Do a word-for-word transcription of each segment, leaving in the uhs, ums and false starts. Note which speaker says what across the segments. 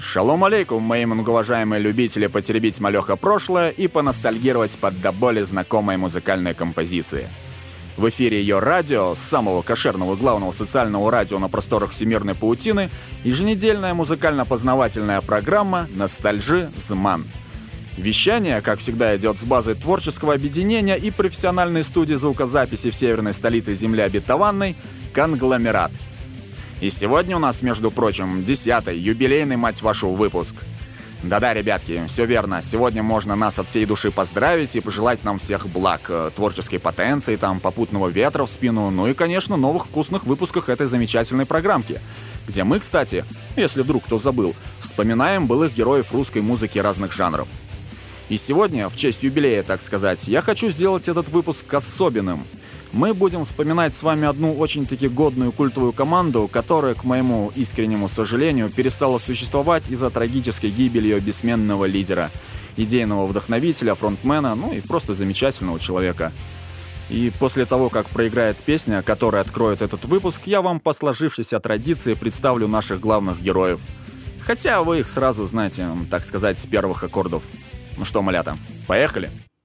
Speaker 1: Шалом алейкум, мои многоуважаемые любители потеребить малеха прошлое и поностальгировать под до боли знакомой музыкальной композиции. В эфире ее радио, самого кошерного главного социального радио на просторах всемирной паутины, еженедельная музыкально-познавательная программа «Ностальжи Зман». Вещание, как всегда, идет с базы творческого объединения и профессиональной студии звукозаписи в северной столице земли обетованной «Конгломерат». И сегодня у нас, между прочим, десятый, юбилейный, мать вашу, выпуск. Да-да, ребятки, все верно. Сегодня можно нас от всей души поздравить и пожелать нам всех благ, творческой потенции, там, попутного ветра в спину, ну и, конечно, новых вкусных выпусках этой замечательной программки, где мы, кстати, если вдруг кто забыл, вспоминаем былых героев русской музыки разных жанров. И сегодня, в честь юбилея, так сказать, я хочу сделать этот выпуск особенным. Мы будем вспоминать с вами одну очень-таки годную культовую команду, которая, к моему искреннему сожалению, перестала существовать из-за трагической гибели ее бессменного лидера, идейного вдохновителя, фронтмена, ну и просто замечательного человека. И после того, как проиграет песня, которая откроет этот выпуск, я вам по сложившейся традиции представлю наших главных героев. Хотя вы их сразу знаете, так сказать, с первых аккордов. Ну что, малята, поехали!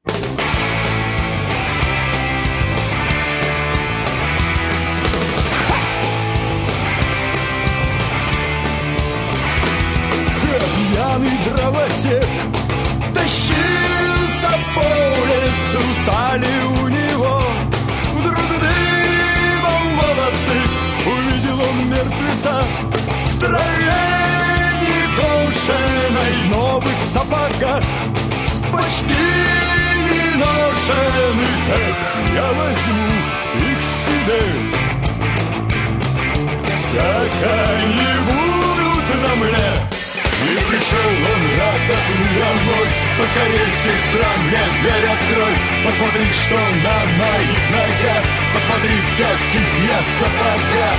Speaker 2: Пьяный дровосек тащился по лесу, стали у него вдруг дымом волосы. Увидел он мертвеца в траве некошенной, новых сапогах, почти не ношеных. Эх, я возьму их себе, так они будут на мне. И пришел он радостный домой. Поскорей, сестра, мне дверь открой. Посмотри, что на моих ногах, посмотри, в каких я сапогах.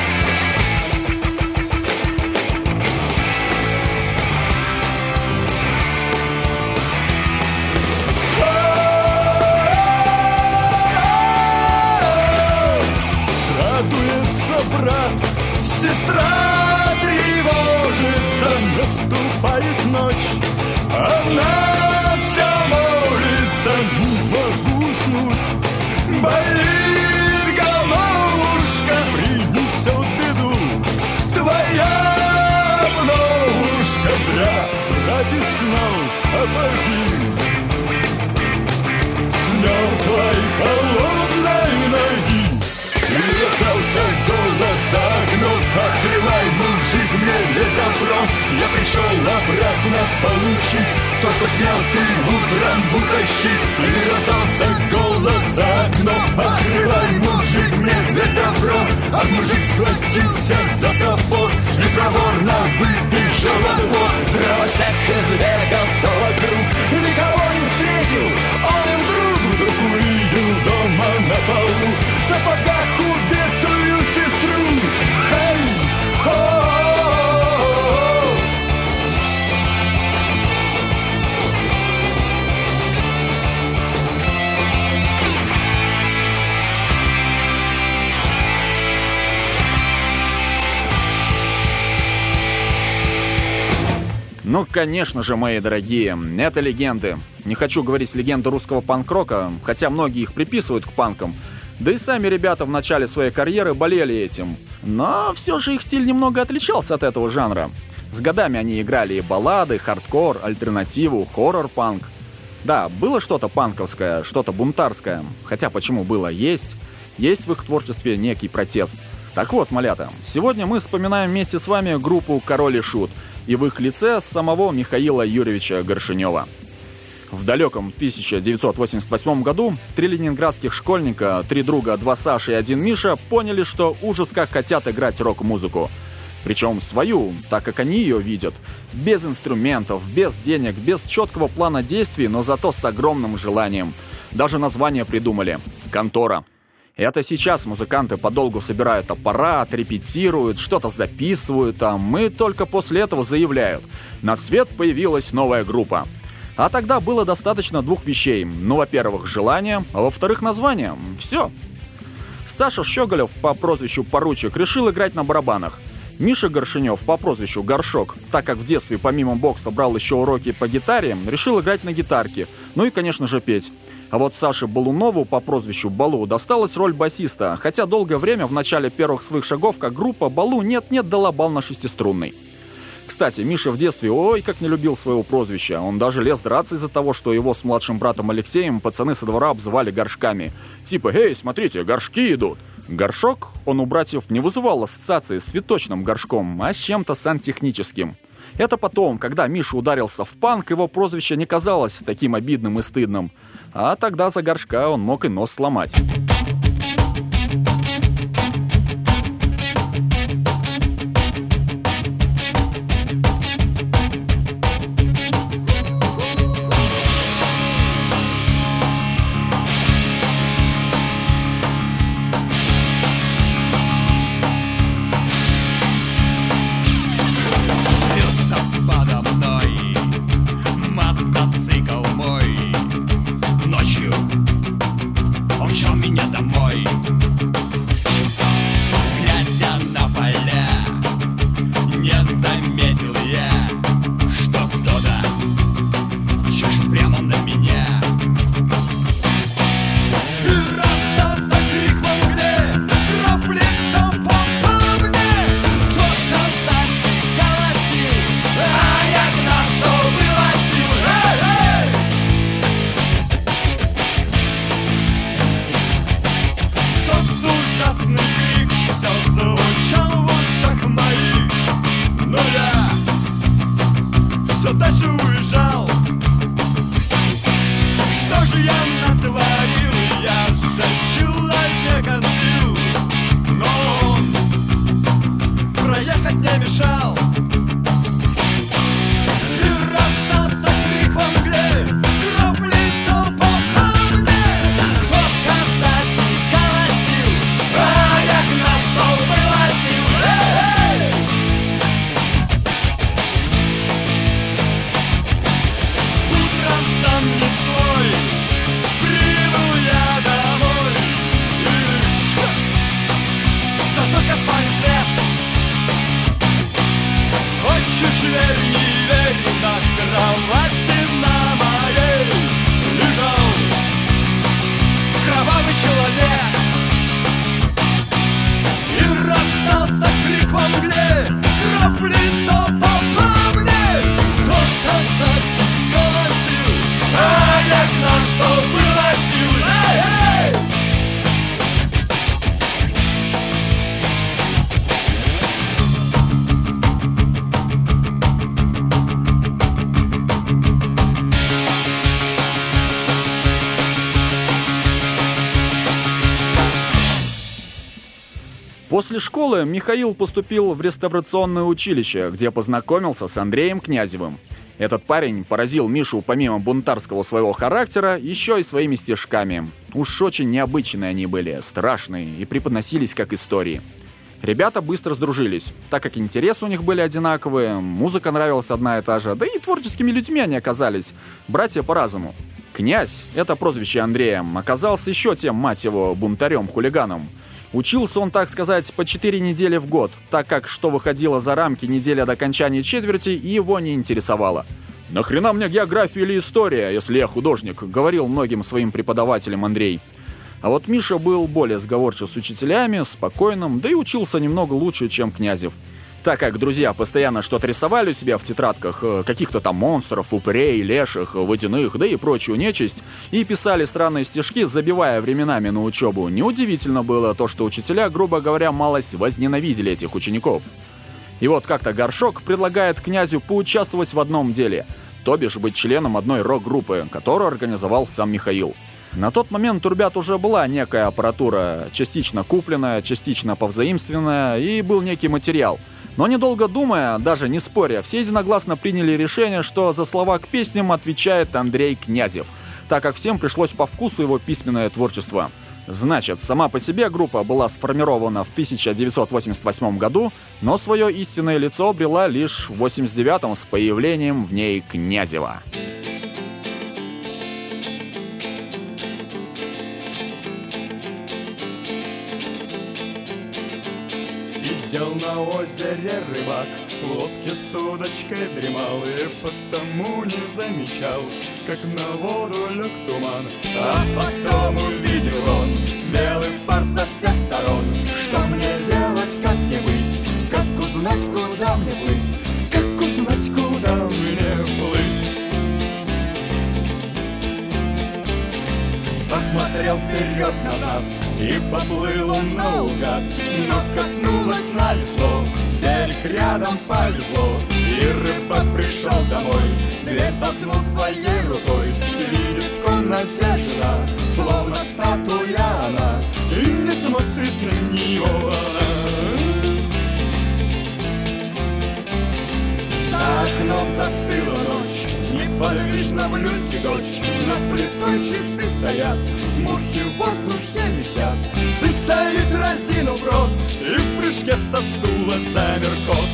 Speaker 2: Радуется брат, сестра тревожится, наступает ночь, она вся молится, не могу уснуть, болит головушка, принесет беду твоя обновушка. Зря братец снял сапоги с мертвой холодной ноги. И раздался голос за окном: открывай, мужик, мне не добро. Я пришел обратно получить то, что снял ты утром утащить. И раздался голос за окном: открывай, мужик, мне дверь добро. А мужик схватился за топор и проворно выбежал во двор. Дровосек избегал все вокруг, никого не встретил. Он и вдруг, вдруг увидел дома на полу в сапогах убитую сестру. Хей, хо-хо-хо.
Speaker 1: Ну, конечно же, мои дорогие, это легенды. Не хочу говорить легенды русского панк-рока, хотя многие их приписывают к панкам. Да и сами ребята в начале своей карьеры болели этим. Но все же их стиль немного отличался от этого жанра. С годами они играли и баллады, хардкор, альтернативу, хоррор-панк. Да, было что-то панковское, что-то бунтарское. Хотя почему было? Есть. Есть в их творчестве некий протест. Так вот, малята, сегодня мы вспоминаем вместе с вами группу «Король и Шут» и в их лице самого Михаила Юрьевича Горшенева. В далеком тысяча девятьсот восемьдесят восьмом году три ленинградских школьника, три друга, два Саши и один Миша поняли, что ужас как хотят играть рок-музыку. Причем свою, так как они ее видят. Без инструментов, без денег, без четкого плана действий, но зато с огромным желанием. Даже название придумали – «Контора». Это сейчас музыканты подолгу собирают аппарат, репетируют, что-то записывают, а мы только после этого заявляют: на свет появилась новая группа. А тогда было достаточно двух вещей. Ну, во-первых, желание, а во-вторых, название. Все. Саша Щеголев по прозвищу Поручик решил играть на барабанах. Миша Горшенев по прозвищу Горшок, так как в детстве помимо бокса брал еще уроки по гитаре, решил играть на гитарке, ну и, конечно же, петь. А вот Саше Балунову по прозвищу Балу досталась роль басиста, хотя долгое время в начале первых своих шагов как группа Балу нет-нет дала бал на шестиструнный. Кстати, Миша в детстве ой как не любил своего прозвища. Он даже лез драться из-за того, что его с младшим братом Алексеем пацаны со двора обзывали горшками. Типа «Эй, смотрите, горшки идут!» Горшок, он у братьев не вызывал ассоциации с цветочным горшком, а с чем-то сантехническим. Это потом, когда Миша ударился в панк, его прозвище не казалось таким обидным и стыдным. А тогда за горшка он мог и нос сломать. После школы Михаил поступил в реставрационное училище, где познакомился с Андреем Князевым. Этот парень поразил Мишу помимо бунтарского своего характера еще и своими стишками. Уж очень необычные они были, страшные и преподносились как истории. Ребята быстро сдружились, так как интересы у них были одинаковые, музыка нравилась одна и та же, да и творческими людьми они оказались, братья по разуму. Князь, это прозвище Андрея, оказался еще тем, мать его, бунтарем-хулиганом. Учился он, так сказать, по четыре недели в год, так как что выходило за рамки недели до окончания четверти, его не интересовало. «Нахрена мне география или история, если я художник?» — говорил многим своим преподавателям Андрей. А вот Миша был более сговорчив с учителями, спокойным, да и учился немного лучше, чем Князев. Так как друзья постоянно что-то рисовали у себя в тетрадках, каких-то там монстров, упырей, леших, водяных, да и прочую нечисть, и писали странные стишки, забивая временами на учебу, неудивительно было то, что учителя, грубо говоря, малость возненавидели этих учеников. И вот как-то Горшок предлагает Князю поучаствовать в одном деле, то бишь быть членом одной рок-группы, которую организовал сам Михаил. На тот момент у ребят уже была некая аппаратура, частично купленная, частично повзаимствованная, и был некий материал. Но недолго думая, даже не споря, все единогласно приняли решение, что за слова к песням отвечает Андрей Князев, так как всем пришлось по вкусу его письменное творчество. Значит, сама по себе группа была сформирована в тысяча девятьсот восемьдесят восьмом году, но свое истинное лицо обрела лишь в восемьдесят девятом с появлением в ней Князева.
Speaker 2: Сидел на озере рыбак, в лодке с удочкой дремал, и потому не замечал, как на воду лег туман. А потом увидел он белый пар со всех сторон. Что мне делать, как мне быть, как узнать, куда мне плыть, как узнать, куда мне плыть? Посмотрел вперед-назад, и поплыл он наугад, но коснулось на весло, берег рядом повезло. И рыбак пришел домой, дверь толкнул своей рукой. Видит в комнате жена, словно статуя она, и не смотрит на нее она. За окном застыла ночь, неподвижно в люльке дочь. Над плитой часы стоят, мухи в воздухе висят. Сын стоит, разинув рот, и в прыжке со стула замер кот.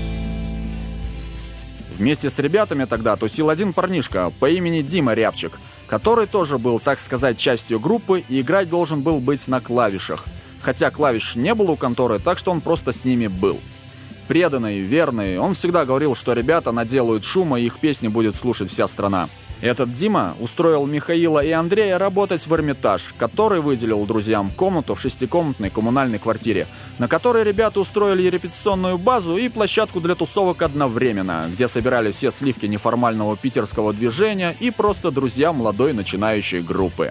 Speaker 1: Вместе с ребятами тогда тусил один парнишка по имени Дима Рябчик, который тоже был, так сказать, частью группы и играть должен был быть на клавишах. Хотя клавиш не было у конторы, так что он просто с ними был. Преданный, верный, он всегда говорил, что ребята наделают шума и их песни будет слушать вся страна. Этот Дима устроил Михаила и Андрея работать в Эрмитаж, который выделил друзьям комнату в шестикомнатной коммунальной квартире, на которой ребята устроили репетиционную базу и площадку для тусовок одновременно, где собирали все сливки неформального питерского движения и просто друзья молодой начинающей группы.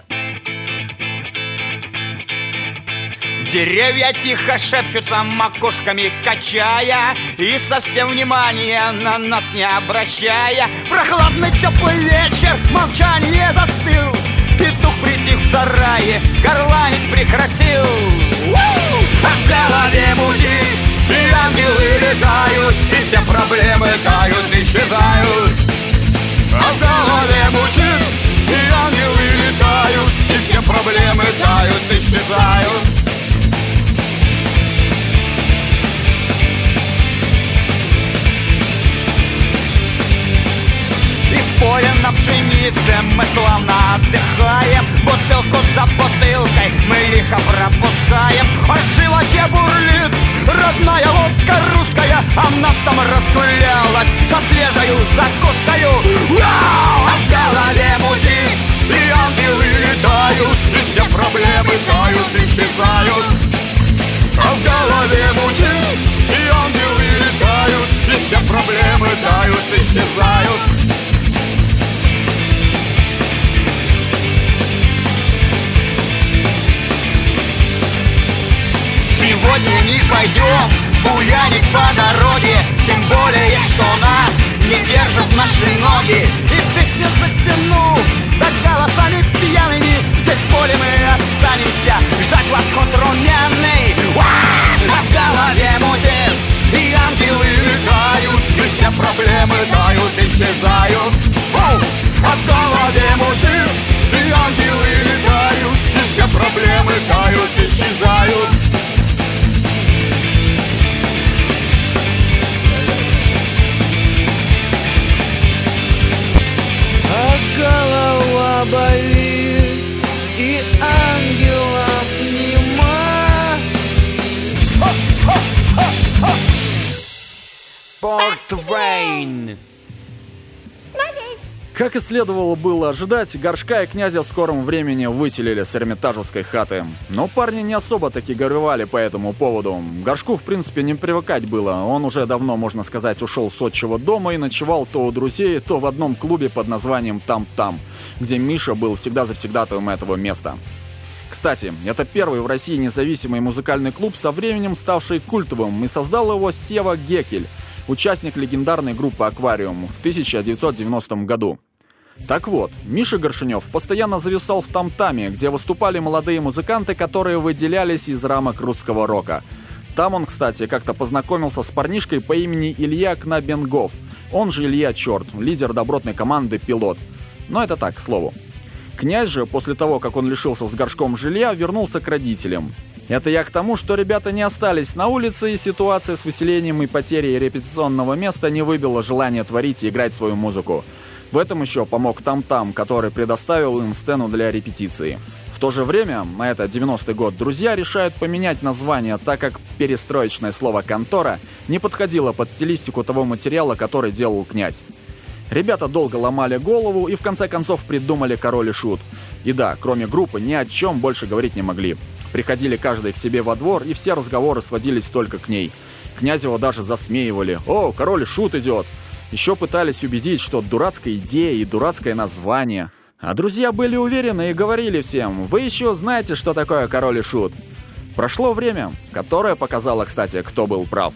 Speaker 3: Деревья тихо шепчутся, макушками качая, и совсем внимания на нас не обращая. Прохладный теплый вечер, молчание застыл. Петух притих в сарае, горланить прекратил. А в голове мутит, и ангелы летают, и все проблемы тают, исчезают. А в голове мутит, и ангелы летают, и все проблемы тают, исчезают. Поле на пшенице мы славно отдыхаем. Бутылку за бутылкой мы лихо пропускаем. А в животе бурлит родная водка русская, а в нас там разгулялась со свежею закускою. Вау! А в голове мутит, и ангелы летают, и все проблемы тают, исчезают. А в голове мутит, и ангелы летают, и все проблемы тают, исчезают. Сегодня не пойдем буянить по дороге, тем более, что нас не держат наши ноги. И песню за спину, да голосами пьяными, здесь в поле мы останемся, ждать восход румяный. А в голове мутит, и ангелы летают, и все проблемы тают, исчезают. А в голове мутит, и ангелы летают, и все проблемы тают, исчезают.
Speaker 4: Голова болит, и ангелов нема.
Speaker 3: Портвейн.
Speaker 1: Как и следовало было ожидать, Горшка и Князя в скором времени выселили с эрмитажевской хаты. Но парни не особо таки горевали по этому поводу. Горшку, в принципе, не привыкать было. Он уже давно, можно сказать, ушел с отчего дома и ночевал то у друзей, то в одном клубе под названием «Там-там», где Миша был всегда завсегдатаем этого места. Кстати, это первый в России независимый музыкальный клуб, со временем ставший культовым, и создал его Сева Гекель, участник легендарной группы «Аквариум» в тысяча девятьсот девяностом году. Так вот, Миша Горшенев постоянно зависал в «Там-таме», где выступали молодые музыканты, которые выделялись из рамок русского рока. Там он, кстати, как-то познакомился с парнишкой по имени Илья Кнабенгов, он же Илья Черт, лидер добротной команды «Пилот». Но это так, к слову. Князь же, после того, как он лишился с Горшком жилья, вернулся к родителям. Это я к тому, что ребята не остались на улице, и ситуация с выселением и потерей репетиционного места не выбила желание творить и играть свою музыку. В этом еще помог Там-там, который предоставил им сцену для репетиции. В то же время, на это девяностый год, друзья решают поменять название, так как перестроечное слово «контора» не подходило под стилистику того материала, который делал князь. Ребята долго ломали голову и в конце концов придумали «Король и Шут». И да, кроме группы, ни о чем больше говорить не могли. Приходили каждый к себе во двор, и все разговоры сводились только к ней. Князева даже засмеивали: «О, Король и Шут идет!» Еще пытались убедить, что дурацкая идея и дурацкое название. А друзья были уверены и говорили всем: «Вы еще знаете, что такое Король и Шут?» Прошло время, которое показало, кстати, кто был прав.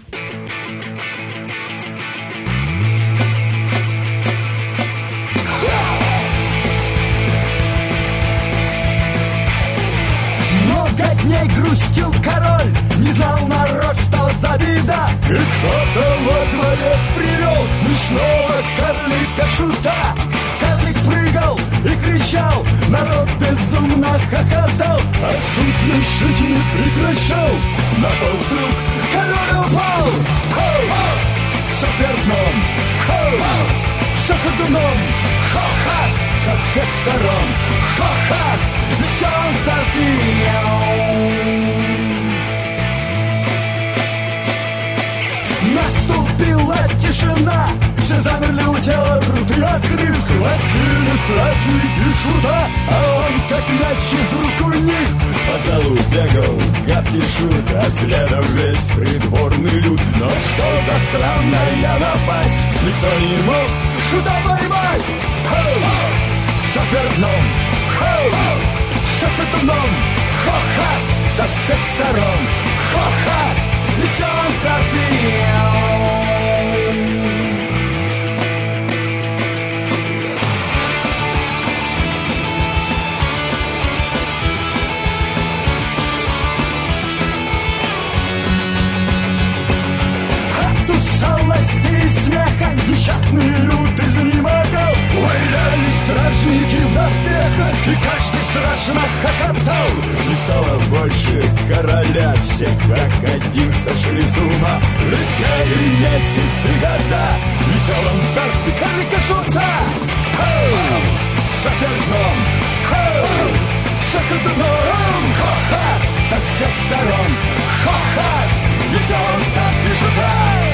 Speaker 2: Много дней грустил король, не знал народ, что за беда. И кто-то во дворец привел смешного карлика-шута. Карлик прыгал и кричал, народ безумно хохотал, а шут смешить не прекращал. На пол вдруг король упал. Хоу! Супердном! Хоу! Все ходуном! Хо-ха! Со всех сторон! Хо-ха! Весём зазиял! Наступила тишина, все замерли у тела, рты открыв. Схватили стражники шута, а он как мяч из рук у них по залу бегал гадкий шут, а следом весь придворный люд. Но что за странная напасть, никто не мог шута поймать. Хоу! Супердном! Хоу! Супердном! Хо-ха! Со всех сторон! Хо-ха! Весём зазиял! От усталости и смеха несчастный люд изнемогал. Валяли стражники в доспехах, и каждый страшно хохотал. Не стало больше короля, все как один сошли с ума. Летели месяцы, года в веселом царстве карлика-шута. Хоу! Супердном! Хоу! Супердном! Хо-ха! Со всех сторон! Хо-ха! В веселом царстве шута!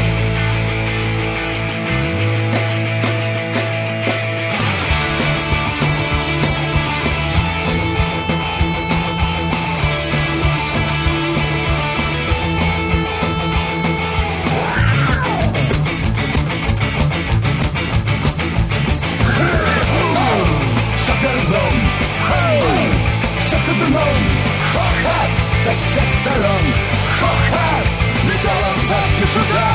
Speaker 2: Со всех сторон, хо-ха, в веселом царстве шута.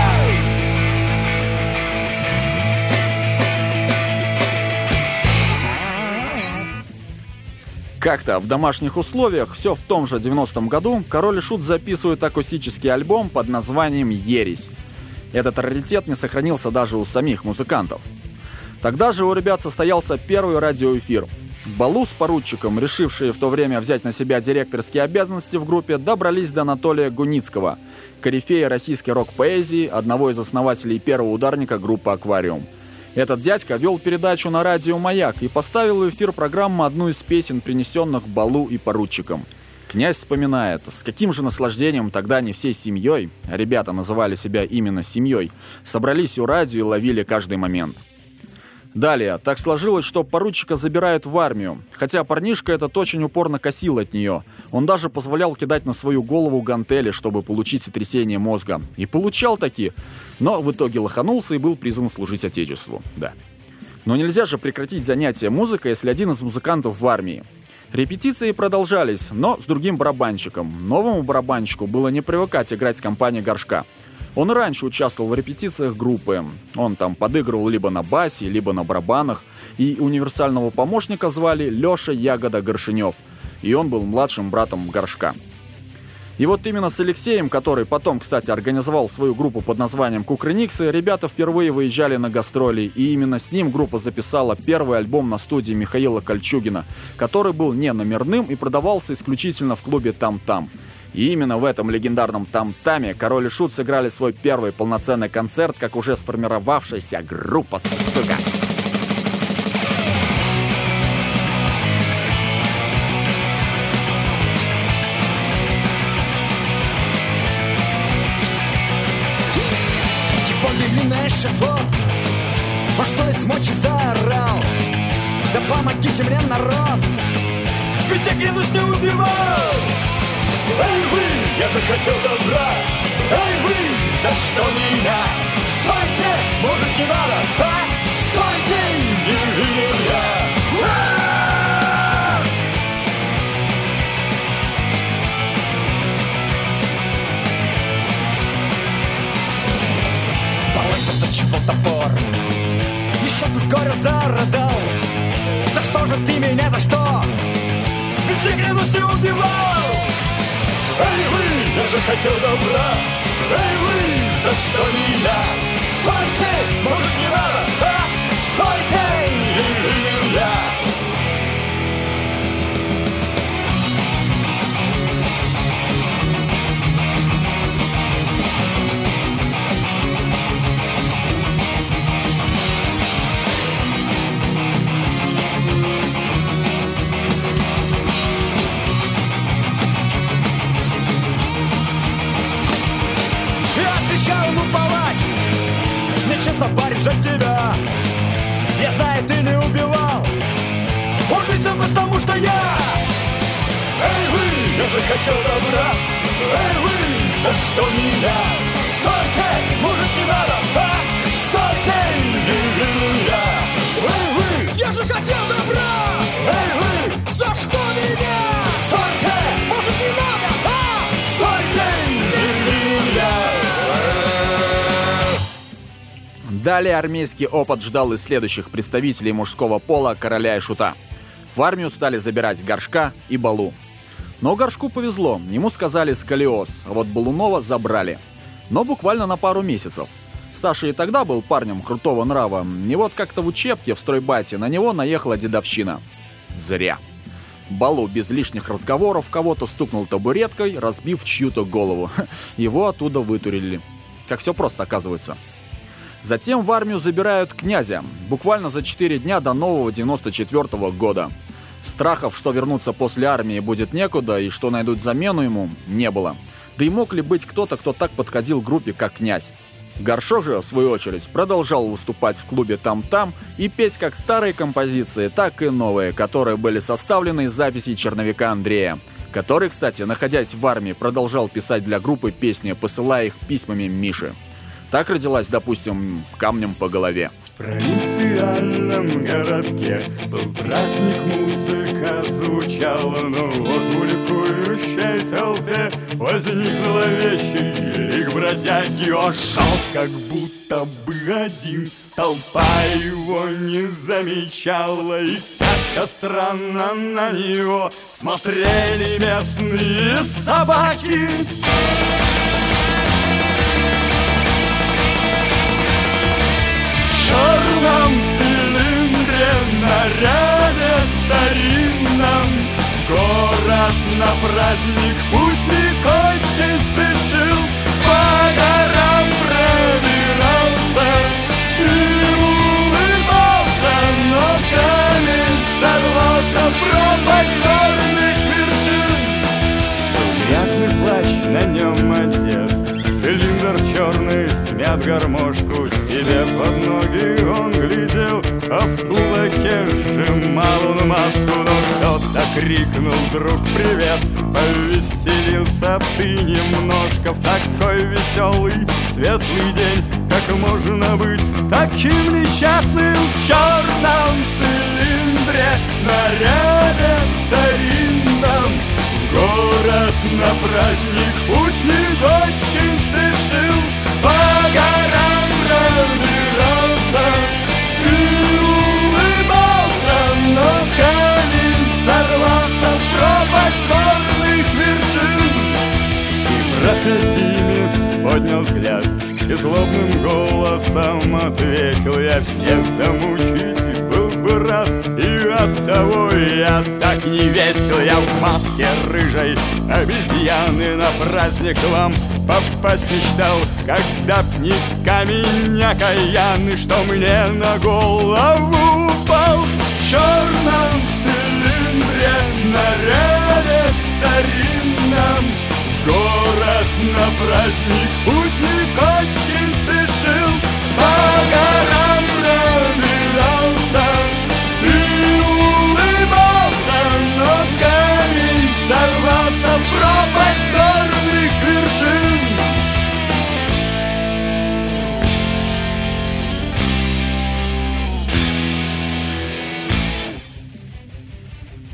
Speaker 1: Как-то в домашних условиях, все в том же девяностом году, Король и Шут записывают акустический альбом под названием «Ересь». Этот раритет не сохранился даже у самих музыкантов. Тогда же у ребят состоялся первый радиоэфир. Балу с поручиком, решившие в то время взять на себя директорские обязанности в группе, добрались до Анатолия Гуницкого, корифея российской рок-поэзии, одного из основателей первого ударника группы «Аквариум». Этот дядька вел передачу на радио «Маяк» и поставил в эфир программы одну из песен, принесенных Балу и поручиком. Князь вспоминает, с каким же наслаждением тогда они всей семьей, ребята называли себя именно семьей, собрались у радио и ловили каждый момент. Далее, так сложилось, что поручика забирают в армию, хотя парнишка этот очень упорно косил от нее. Он даже позволял кидать на свою голову гантели, чтобы получить сотрясение мозга. И получал таки, но в итоге лоханулся и был призван служить Отечеству. Да. Но нельзя же прекратить занятия музыкой, если один из музыкантов в армии. Репетиции продолжались, но с другим барабанщиком. Новому барабанщику было не привыкать играть с компанией Горшка. Он раньше участвовал в репетициях группы. Он там подыгрывал либо на басе, либо на барабанах. И универсального помощника звали Леша Ягода Горшинев. И он был младшим братом Горшка. И вот именно с Алексеем, который потом, кстати, организовал свою группу под названием Кукрыниксы, ребята впервые выезжали на гастроли. И именно с ним группа записала первый альбом на студии Михаила Кольчугина, который был не номерным и продавался исключительно в клубе «Там-Там». И именно в этом легендарном «Там-Таме» Король и Шут сыграли свой первый полноценный концерт, как уже сформировавшаяся группа, сука.
Speaker 3: Телефон длинный эшафот, во что из мочи заорал. Да помогите мне, народ, ведь я, клянусь, не убивал. Эй вы, я же хотел добра. Эй вы, за что меня? Стойте, может не надо, а? Стойте, не видел я. Заточил топор, несчастный с горя зарыдал. За что же ты меня, за что? Ведь я, клянусь, не убивал. Эй вы, я же хотел добра. Эй вы, за что меня? Стойте, может не надо, а? Стойте, не видел я. Нечестно, парень, жаль тебя. Я знаю, ты не убивал. Убийца, потому что я. Эй вы, я же хотел добра. Эй вы, за что меня? Стойте, может не надо, а? Стойте, не видел я. Эй вы, я же хотел добра. Эй вы, за что меня? Стойте, может не надо, а? Стойте, не видел я.
Speaker 1: Далее армейский опыт ждал и следующих представителей мужского пола Короля и Шута. В армию стали забирать Горшка и Балу. Но Горшку повезло, ему сказали сколиоз, а вот Балунова забрали. Но буквально на пару месяцев. Саша и тогда был парнем крутого нрава, и вот как-то в учебке в стройбате на него наехала дедовщина. Зря. Балу без лишних разговоров кого-то стукнул табуреткой, разбив чью-то голову. Его оттуда вытурили. Как все просто оказывается. Затем в армию забирают князя, буквально за четыре дня до нового девяносто четвёртого года. Страхов, что вернуться после армии будет некуда и что найдут замену ему, не было. Да и мог ли быть кто-то, кто так подходил к группе, как князь? Горшок же, в свою очередь, продолжал выступать в клубе «Там-там» и петь как старые композиции, так и новые, которые были составлены из записей черновика Андрея, который, кстати, находясь в армии, продолжал писать для группы песни, посылая их письмами Мише. Так родилась, допустим, «Камнем по голове».
Speaker 2: В провинциальном городке был праздник, музыка звучала, но вот в ликующей толпе возник зловещий лик бродяги. Он шел как будто бы один, толпа его не замечала, и как-то странно на него смотрели местные собаки. В черном цилиндре, наряде старинном, в город на праздник путник очень спешил. По горам пробирался и улыбался, но камень сорвался в пропасть горных вершин. Был грязный плащ, на нем одет, цилиндр черный, смят гармошку себе под ноги он глядел, а в кулаке сжимал он маску. Но кто-то крикнул вдруг привет, повеселился ты немножко. В такой веселый, светлый день, как можно быть таким несчастным? В черном цилиндре, наряде старинном, в город на праздник путник очень спешил. По горам пробирался и улыбался, но камень сорвался в пропасть горных вершин. И проходимец поднял взгляд и злобным голосом ответил: я всех замучить был бы рад, и оттого я так не весел. Я в маске рыжей обезьяны на праздник к вам попасть мечтал, когда б не камень окаянный, что мне на голову упал. В черном цилиндре, наряде старинном, город на праздник путник очень спешил.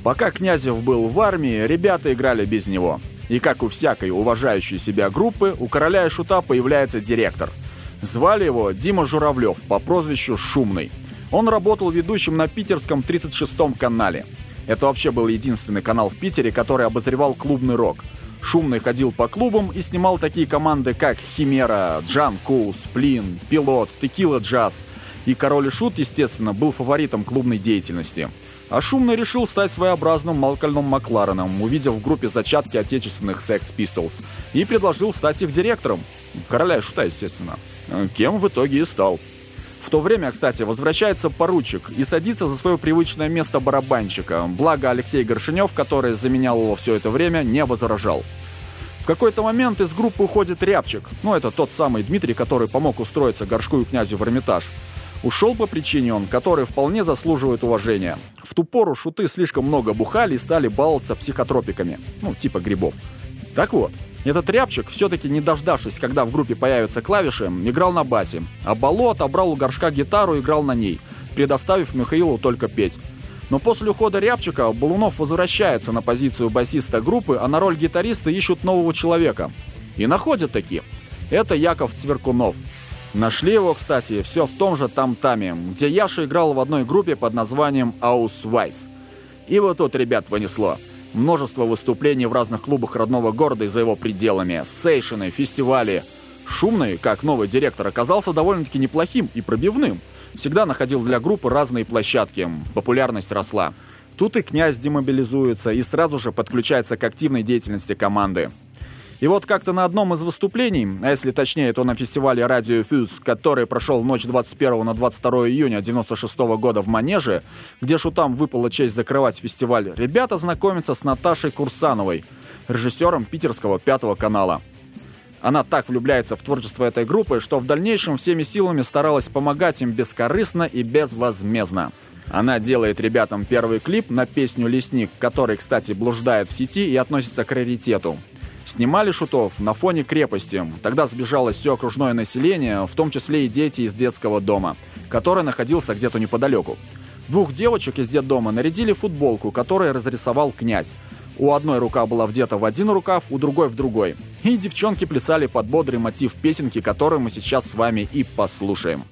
Speaker 1: Пока Князев был в армии, ребята играли без него. И как у всякой уважающей себя группы, у Короля и Шута появляется директор. Звали его Дима Журавлев по прозвищу Шумный. Он работал ведущим на питерском тридцать шестом канале. Это вообще был единственный канал в Питере, который обозревал клубный рок. Шумный ходил по клубам и снимал такие команды, как Химера, Джан Коу, Сплин, Пилот, Текила Джаз. И Король и Шут, естественно, был фаворитом клубной деятельности. А Шумный решил стать своеобразным Малкольмом Маклареном, увидев в группе зачатки отечественных Sex Pistols, и предложил стать их директором. Короля и Шута, естественно. Кем в итоге и стал. В то время, кстати, возвращается поручик и садится за свое привычное место барабанщика, благо Алексей Горшинев, который заменял его все это время, не возражал. В какой-то момент из группы уходит Рябчик, ну это тот самый Дмитрий, который помог устроиться Горшку и Князю в Эрмитаж. Ушел по причине он, который вполне заслуживает уважения. В ту пору шуты слишком много бухали и стали баловаться психотропиками, ну типа грибов. Так вот, этот Рябчик, все-таки не дождавшись, когда в группе появятся клавиши, играл на басе, а Бало отобрал у Горшка гитару и играл на ней, предоставив Михаилу только петь. Но после ухода Рябчика Балунов возвращается на позицию басиста группы, а на роль гитариста ищут нового человека. И находят таки. Это Яков Цверкунов. Нашли его, кстати, все в том же Там-Таме, где Яша играл в одной группе под названием Ausweis. И вот тут ребят понесло. Множество выступлений в разных клубах родного города и за его пределами, сейшены, фестивали. Шумный, как новый директор, оказался довольно-таки неплохим и пробивным. Всегда находил для группы разные площадки, популярность росла. Тут и Князь демобилизуется и сразу же подключается к активной деятельности команды. И вот как-то на одном из выступлений, а если точнее, то на фестивале «Радио Фьюз», который прошел в ночь двадцать первого на двадцать второе июня девяносто шестого года в Манеже, где шутам выпала честь закрывать фестиваль, ребята знакомятся с Наташей Курсановой, режиссером питерского пятого канала. Она так влюбляется в творчество этой группы, что в дальнейшем всеми силами старалась помогать им бескорыстно и безвозмездно. Она делает ребятам первый клип на песню «Лесник», который, кстати, блуждает в сети и относится к раритету. Снимали шутов на фоне крепости. Тогда сбежалось все окружное население, в том числе и дети из детского дома, который находился где-то неподалеку. Двух девочек из детдома нарядили футболку, которую разрисовал Князь. У одной рука была вдета в один рукав, у другой в другой. И девчонки плясали под бодрый мотив песенки, которую мы сейчас с вами и послушаем.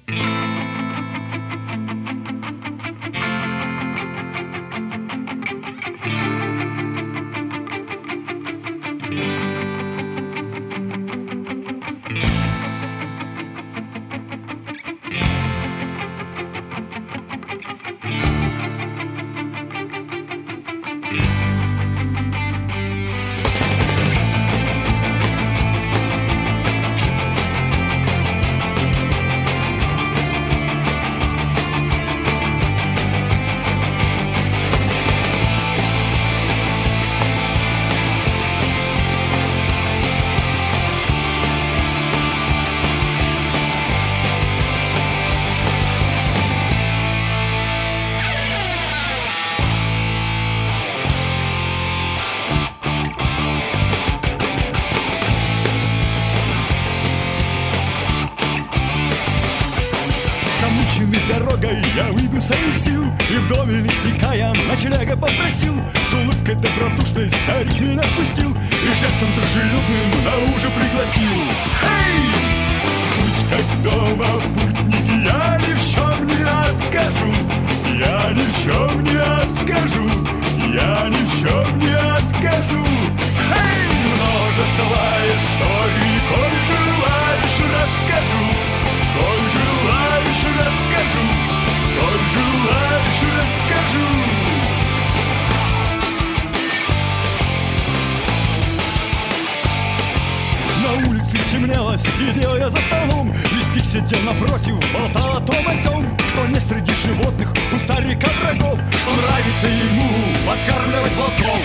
Speaker 2: Дорогой я выбился из сил, и в доме лесника я ночлега попросил. С улыбкой добродушной старик меня впустил и жестом дружелюбным на ужин пригласил. Хей! Путь как дома, путники, я ни в чем не откажу. Я ни в чем не откажу. Я ни в чем не откажу. Хей! Множество историй, коль желаешь, расскажу. Коль желаешь, расскажу. Коль желаешь, расскажу. На улице темнело, сидел я за столом. Лесник сидел напротив, болтал о том о сём, что нет среди животных у старика врагов, что нравится ему подкармливать волков.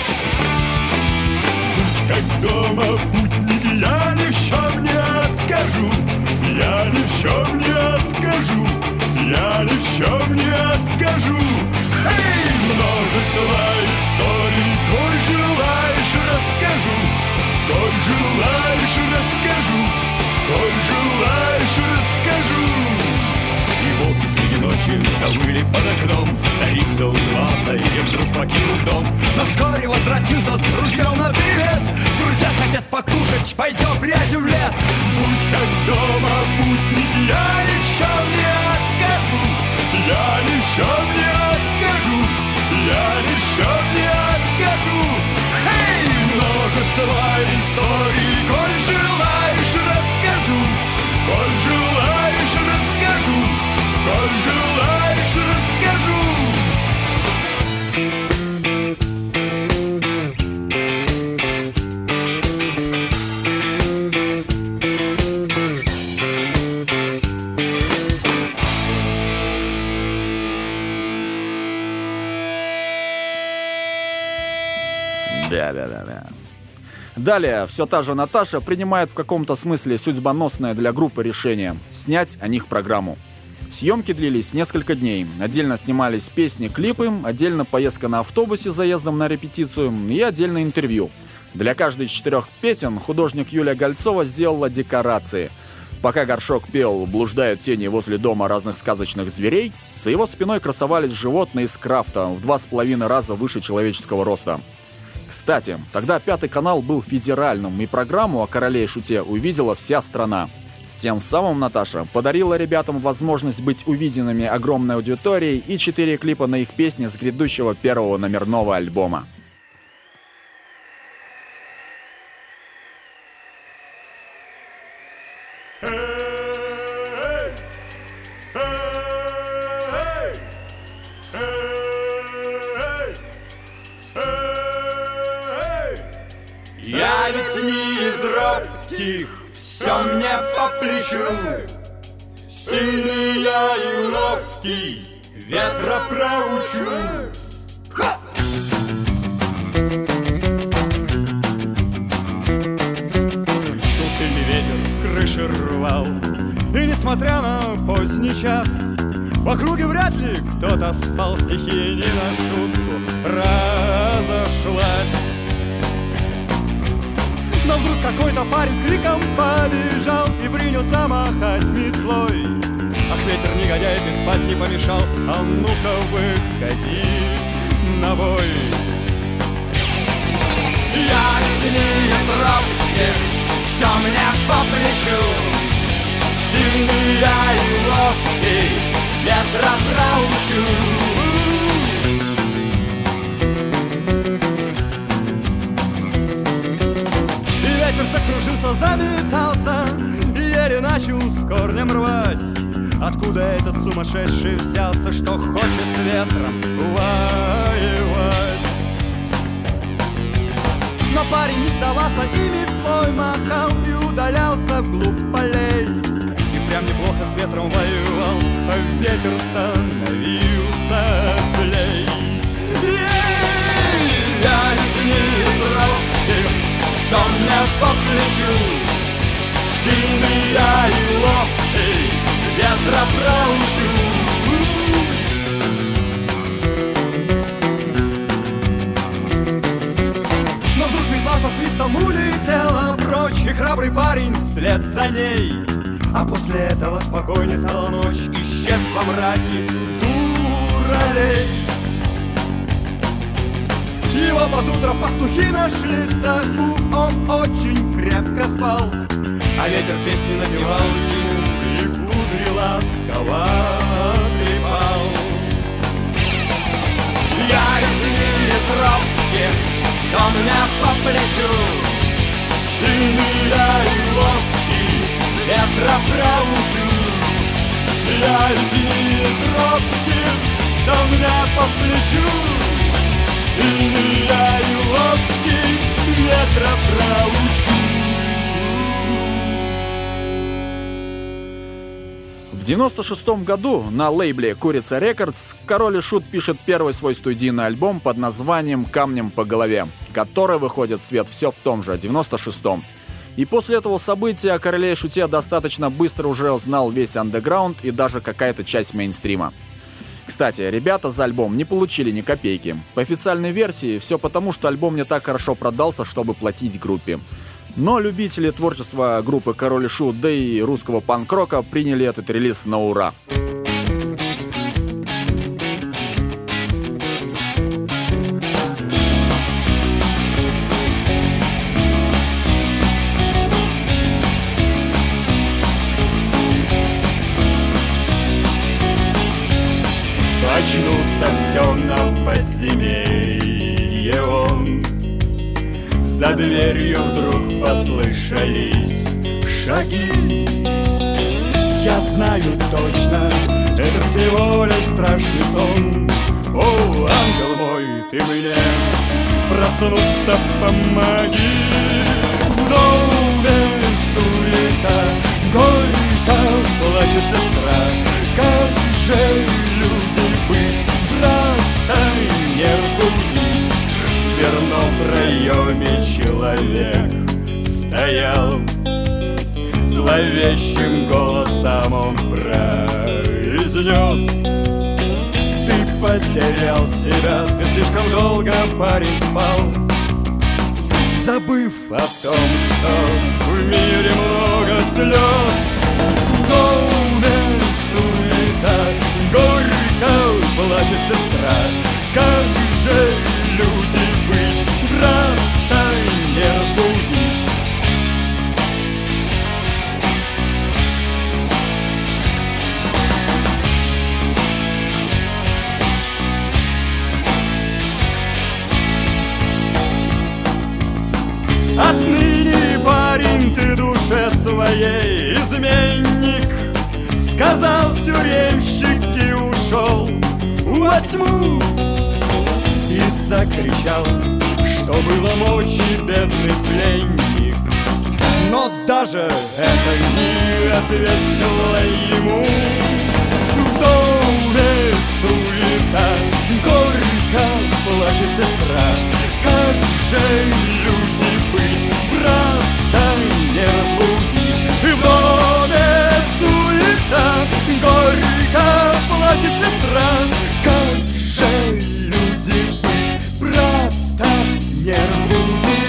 Speaker 2: Путь как дома, путники, я ни в чем не откажу. Я ни в чем не откажу. Я ни в чем не откажу. Эй, множество историй, коль желаешь, расскажу. Коль желаешь, расскажу. Коль желаешь, расскажу. И волки среди ночи завыли под окном. Старик заулыбался и вдруг покинул дом. прочь, пойдем, приятель, в лес. Будь как дома, путник, я ни в чем не откажу. Я ни в чем не откажу. Я ни в чем не откажу. Эй, множество историй, коль желаешь, расскажу. Коль желаешь, расскажу. Коль желаешь, расскажу.
Speaker 1: Да-да-да-да. Далее, все та же Наташа принимает в каком-то смысле судьбоносное для группы решение – снять о них программу. Съемки длились несколько дней. Отдельно снимались песни, клипы, отдельно поездка на автобусе с заездом на репетицию и отдельно интервью. Для каждой из четырех песен художник Юлия Гольцова сделала декорации. Пока Горшок пел «Блуждают тени возле дома разных сказочных зверей», за его спиной красовались животные из крафта в два с половиной раза выше человеческого роста. Кстати, тогда Пятый канал был федеральным, и программу о Короле и Шуте увидела вся страна. Тем самым Наташа подарила ребятам возможность быть увиденными огромной аудиторией и четыре клипа на их песни с грядущего первого номерного альбома.
Speaker 2: Я ведь не из робких, все мне по плечу. Сильный я и ловкий, ветра проучу. Ха!
Speaker 3: Шел сильный ветер, крыши рвал, и несмотря на поздний час, в округе вряд ли кто-то спал, стихия не на шутку разошлась. Но вдруг какой-то парень с криком побежал и принялся махать метлой. Ах, ветер, негодяй, ты спать не помешал, а ну-ка выходи на бой.
Speaker 2: Я ведь не из робких, все мне по плечу. Сильный я и ловкий, ветра проучу.
Speaker 3: Ветер закружился, заметался и еле начал с корнем рвать. Откуда этот сумасшедший взялся, что хочет с ветром воевать? Но парень не сдавался и метлой махал и удалялся вглубь полей. И прям неплохо с ветром воевал, а ветер становился злей.
Speaker 2: Я ведь не из робких, все мне по плечу. Сильный я и ловкий, ветра проучу.
Speaker 3: Но вдруг метла со свистом улетела прочь, и храбрый парень вслед за ней. А после этого спокойней стала ночь, исчез во мраке дуралей. Его под утро пастухи нашли в стогу, он очень крепко спал, а ветер песни напевал ему и кудри ласково трепал.
Speaker 2: Я ведь не из робких, все мне по плечу. Сильный я и ловкий, ветра проучу. Я ведь не из робких, все мне по плечу. Сильный я и ловкий, ветра проучу.
Speaker 1: В девяносто шестом году на лейбле «Курица Рекордс» Король и Шут пишет первый свой студийный альбом под названием «Камнем по голове», который выходит в свет все в том же девяносто шестом. И после этого события о Короле и Шуте достаточно быстро уже узнал весь андеграунд и даже какая-то часть мейнстрима. Кстати, ребята за альбом не получили ни копейки. По официальной версии, все потому, что альбом не так хорошо продался, чтобы платить группе. Но любители творчества группы Король и Шут, да и русского панк-рока приняли этот релиз на ура.
Speaker 2: очнулся в темном подземелье он. За дверью вдруг послышались шаги. Я знаю точно, это всего лишь страшный сон. О, ангел мой, ты мне проснуться помоги. В доме суета, горько плачет сестра. Как же люди быть, брата не разбудить? В дверном проеме человек стоял, зловещим голосом он произнес: ты потерял себя, ты слишком долго, парень, спал, забыв о том, что в мире много слез. В доме суета, горько плачет сестра. Как же люди быть, брата не разбудить? Отныне, парень, ты душе своей изменник, сказал тюремщик и ушел во тьму. И закричал, что было мочи, бедный пленник. Но даже это не ответило ему. В доме суета, горько плачет сестра. Как же люди быть, брата не разбудить? В доме суета, горько плачет сестра. Как же люди быть, брата не разбудить?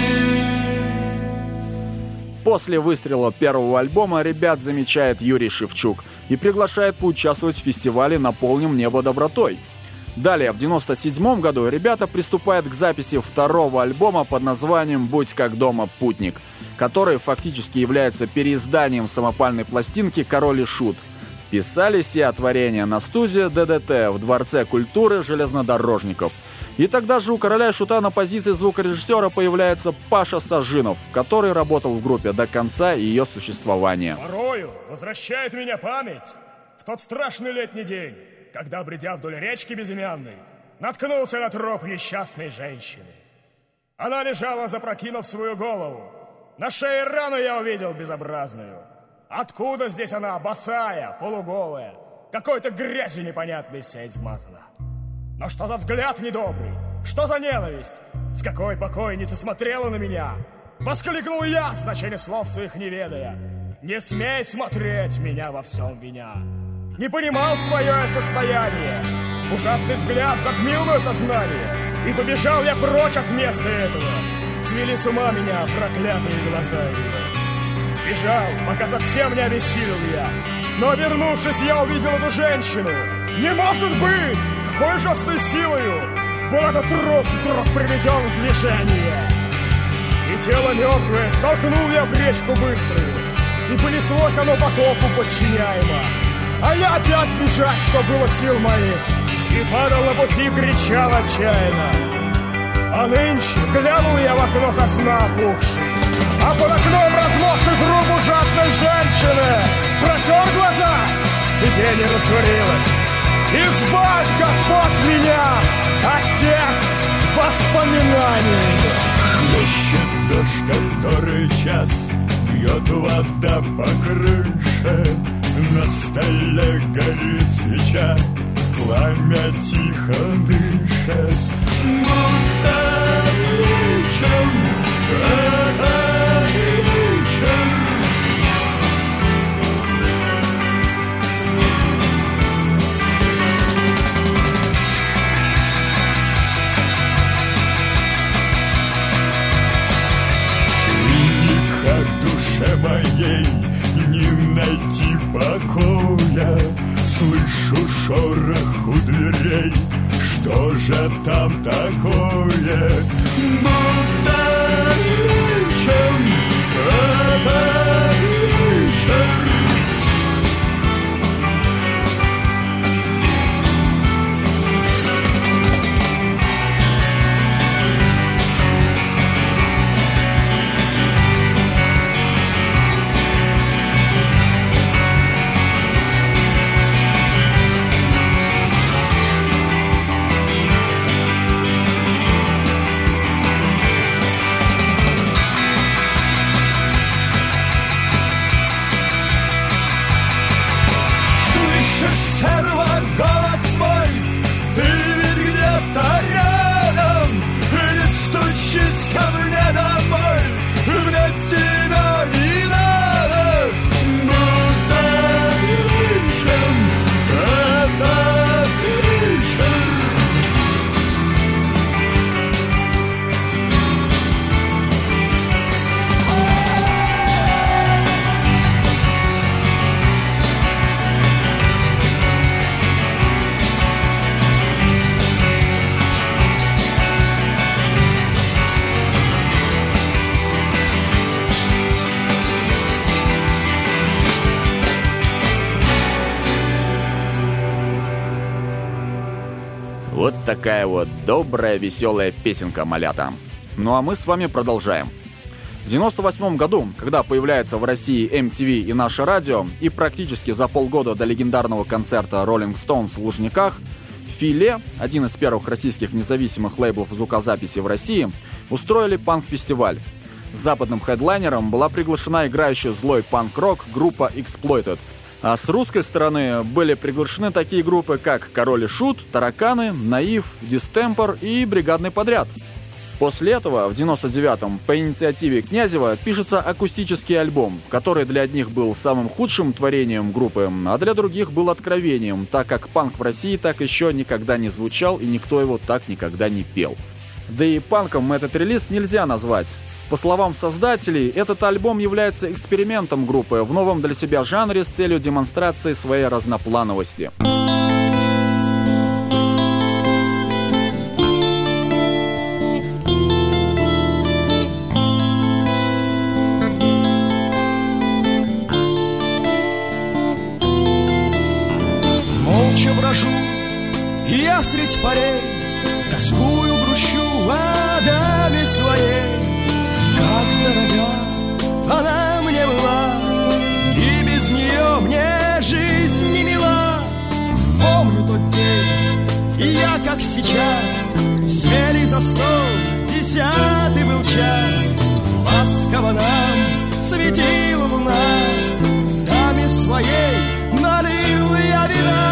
Speaker 1: После выстрела первого альбома ребят замечает Юрий Шевчук и приглашает поучаствовать в фестивале «Наполним небо добротой». Далее, в девяносто седьмом году ребята приступают к записи второго альбома под названием «Будь как дома, путник», который фактически является переизданием самопальной пластинки «Король и Шут». Писали сие творения на студии ДДТ в Дворце культуры железнодорожников. И тогда же у Короля и Шута на позиции звукорежиссера появляется Паша Сажинов, который работал в группе до конца ее существования.
Speaker 5: Порою возвращает меня память в тот страшный летний день, когда, бредя вдоль речки безымянной, наткнулся на труп несчастной женщины. Она лежала, запрокинув свою голову. На шее рану я увидел безобразную. Откуда здесь она, босая, полуголая, какой-то грязью непонятной вся измазана? Но что за взгляд недобрый? Что за ненависть? С какой покойница смотрела на меня? Воскликнул я, значение слов своих не ведая. Не смей смотреть меня во всем виня. Не понимал свое состояние. Ужасный взгляд затмил мое сознание. И побежал я прочь от места этого. Свели с ума меня проклятые глаза ее. Бежал, пока совсем не обессилел я. Но, обернувшись, я увидел эту женщину. Не может быть! Какой ужасной силою был этот труп вдруг приведен в движение. И тело мертвое столкнул я в речку быструю. И понеслось оно потоку подчиняемо. А я опять бежать, что было сил моих. И падал на пути, кричал отчаянно. А нынче глянул я в окно со сна опухший. А под окном размокший труп ужасной женщины. Протер глаза, и тень растворилась. Избавь, Господь, меня от тех воспоминаний.
Speaker 2: Хлещет дождь, который час, бьет вода по крыше. На столе горит свеча, пламя тихо дышит. Будто вечером, это вечер. Моей не найти покоя. Слышу шорох у дверей. Что же там такое? Будто вечер, это вечер. слышишь, серва, голос мой? Ты ведь где-то рядом, не стучись ко мне домой, мне тебя не надо. Будто вечером, это вечер.
Speaker 1: Вот такая вот добрая, веселая песенка, малята. Ну а мы с вами продолжаем. В девяносто восьмом году, когда появляется в России эм ти ви и наше радио, и практически за полгода до легендарного концерта Rolling Stones в Лужниках, Филе, один из первых российских независимых лейблов звукозаписи в России, устроили панк-фестиваль. Западным хедлайнером была приглашена играющая злой панк-рок группа Exploited. А с русской стороны были приглашены такие группы, как Король и Шут, Тараканы, Наив, Дистемпер и Бригадный подряд. После этого, в девяносто девятом, по инициативе Князева пишется акустический альбом, который для одних был самым худшим творением группы, а для других был откровением, так как панк в России так еще никогда не звучал и никто его так никогда не пел. Да и панком этот релиз нельзя назвать. По словам создателей, этот альбом является экспериментом группы в новом для себя жанре с целью демонстрации своей разноплановости.
Speaker 3: Молча брожу, я средь полей, тоскую, грущу о даме своей. Как дорога она мне была, и без нее мне жизнь не мила. Помню тот день, и я, как сейчас, сели за стол, десятый был час. Ласково нам светила луна, даме своей налил я вина.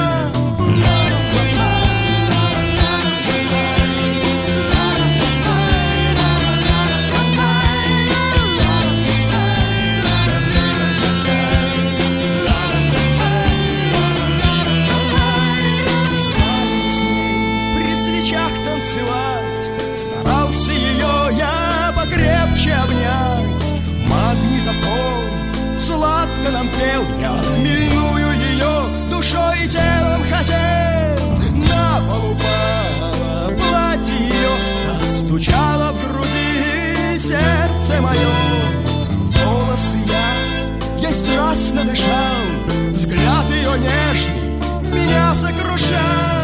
Speaker 3: Старался ее я покрепче обнять. Магнитофон сладко нам пел, я милую ее душой и телом хотел. На полу упало платье ее, застучало в груди сердце мое. Волосы я ей страстно дышал, взгляд ее нежный меня сокрушал.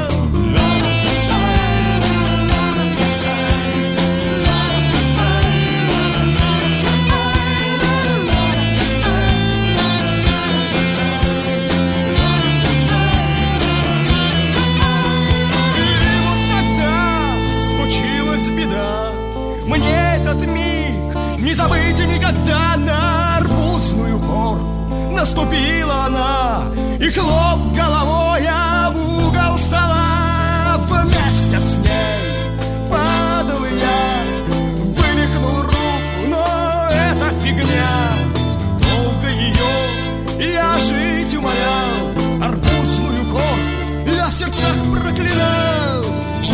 Speaker 3: Мне этот миг не забыть никогда. На арбузную гору наступила она, и хлоп головой об угол стола. Вместе с ней падал я, вывихнул руку, но это фигня. Долго ее я жить умолял, арбузную гору я в сердцах проклинал.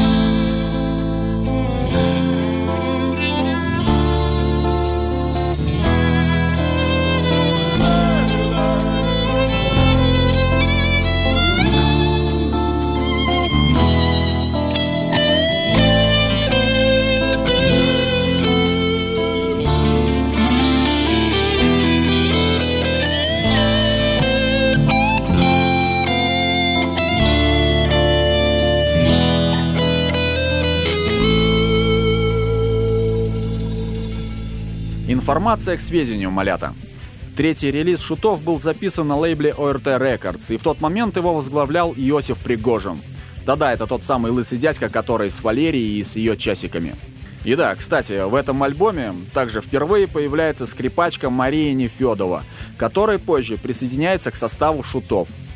Speaker 1: Информация к сведению, малята. Третий релиз Шутов был записан на лейбле о эр тэ Records, и в тот момент его возглавлял Иосиф Пригожин. Да-да, это тот самый лысый дядька, который с Валерией и с ее часиками. И да, кстати, в этом альбоме также впервые появляется скрипачка Мария Нефедова, которая позже присоединяется к составу Шутов.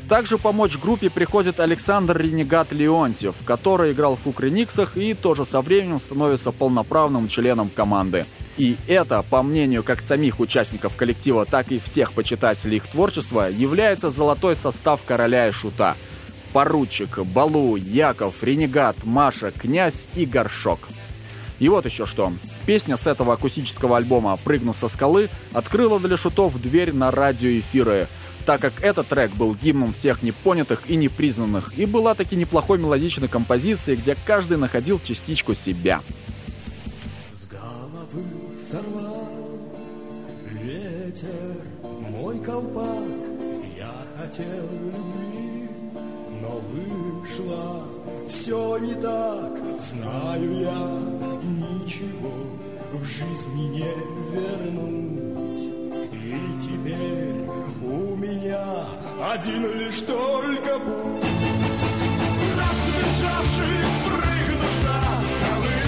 Speaker 1: Также помочь группе приходит Александр «Ренегат» Леонтьев, который играл в Кукрыниксах и тоже со временем становится полноправным членом команды. И это, по мнению как самих участников коллектива, так и всех почитателей их творчества, является золотой состав «Короля и Шута». Поручик, Балу, Яков, Ренегат, Маша, Князь и Горшок. И вот еще что. Песня с этого акустического альбома «Прыгну со скалы» открыла для шутов дверь на радиоэфиры, так как этот трек был гимном всех непонятых и непризнанных, и была таки неплохой мелодичной композицией, где каждый находил частичку себя.
Speaker 2: С головы сорвал ветер мой колпак, я хотел любви, но вышло все не так. Знаю я, ничего в жизни не вернуть, и теперь у меня один лишь только путь. Разбежавшись, прыгну со скалы.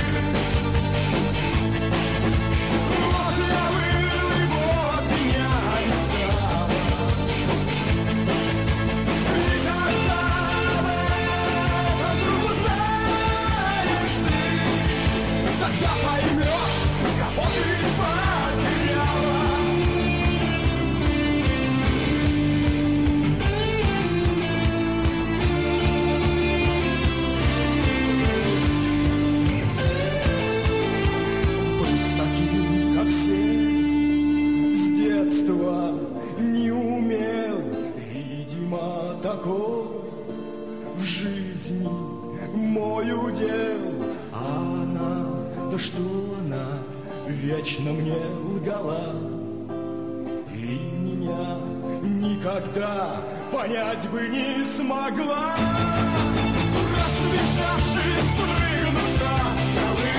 Speaker 2: Вот я был, и вот меня не стало. И когда об этом вдруг узнаешь ты, тогда поймешь, кого ты потеряла. Не умел, видимо, такой в жизни мой удел. А она, да что она, вечно мне лгала, и меня никогда понять бы не смогла. Разбежавшись, прыгну со скалы.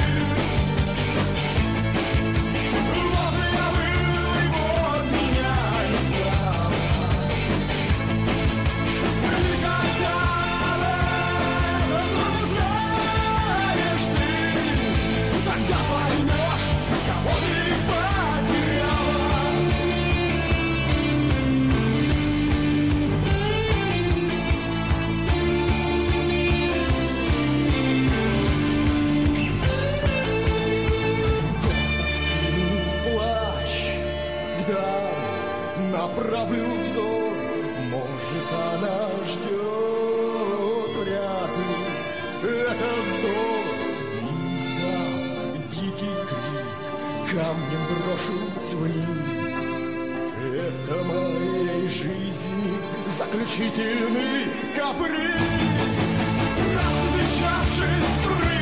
Speaker 2: Направлю взор, может, она ждет, вряд ли это вздох. Издав дикий крик, камнем брошусь вниз. Это моей жизни заключительный каприз. Разбежавшись, прыгну